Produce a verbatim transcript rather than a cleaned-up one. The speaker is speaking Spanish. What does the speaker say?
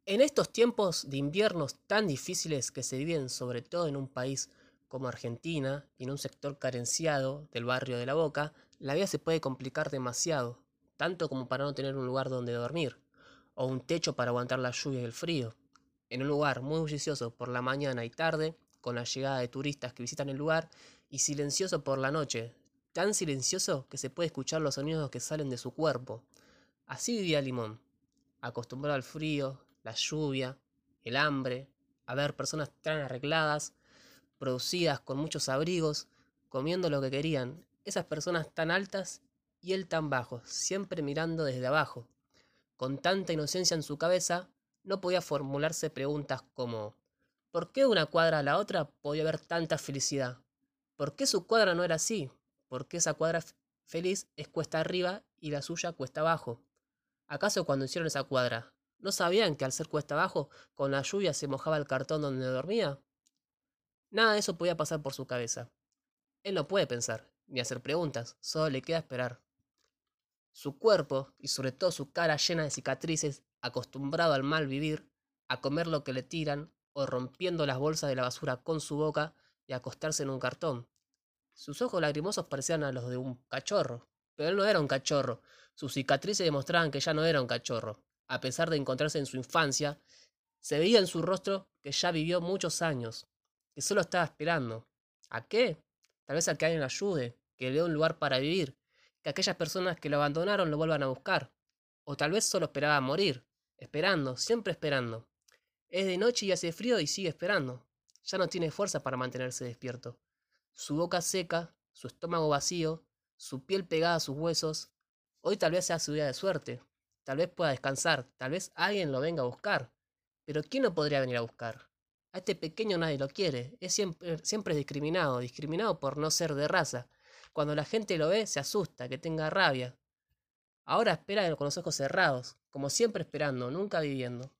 En estos tiempos de inviernos tan difíciles que se viven sobre todo en un país como Argentina y en un sector carenciado del barrio de La Boca, la vida se puede complicar demasiado, tanto como para no tener un lugar donde dormir, o un techo para aguantar la lluvia y el frío. En un lugar muy bullicioso por la mañana y tarde, con la llegada de turistas que visitan el lugar, y silencioso por la noche, tan silencioso que se puede escuchar los sonidos que salen de su cuerpo. Así vivía Limón, acostumbrado al frío, la lluvia, el hambre, a ver personas tan arregladas, producidas con muchos abrigos, comiendo lo que querían, esas personas tan altas y él tan bajo, siempre mirando desde abajo. Con tanta inocencia en su cabeza, no podía formularse preguntas como ¿por qué de una cuadra a la otra podía haber tanta felicidad? ¿Por qué su cuadra no era así? ¿Por qué esa cuadra feliz es cuesta arriba y la suya cuesta abajo? ¿Acaso cuando hicieron esa cuadra, no sabían que al ser cuesta abajo, con la lluvia se mojaba el cartón donde dormía? Nada de eso podía pasar por su cabeza. Él no puede pensar, ni hacer preguntas, solo le queda esperar. Su cuerpo, y sobre todo su cara llena de cicatrices, acostumbrado al mal vivir, a comer lo que le tiran, o rompiendo las bolsas de la basura con su boca y acostarse en un cartón. Sus ojos lagrimosos parecían a los de un cachorro, pero él no era un cachorro. Sus cicatrices demostraban que ya no era un cachorro. A pesar de encontrarse en su infancia, se veía en su rostro que ya vivió muchos años, que solo estaba esperando. ¿A qué? Tal vez a que alguien lo ayude, que le dé un lugar para vivir, que aquellas personas que lo abandonaron lo vuelvan a buscar. O tal vez solo esperaba morir, esperando, siempre esperando. Es de noche y hace frío y sigue esperando. Ya no tiene fuerza para mantenerse despierto. Su boca seca, su estómago vacío, su piel pegada a sus huesos. Hoy tal vez sea su día de suerte. Tal vez pueda descansar, tal vez alguien lo venga a buscar. Pero ¿quién lo podría venir a buscar? A este pequeño nadie lo quiere. Es siempre, siempre es discriminado, discriminado por no ser de raza. Cuando la gente lo ve, se asusta, que tenga rabia. Ahora espera con los ojos cerrados, como siempre esperando, nunca viviendo.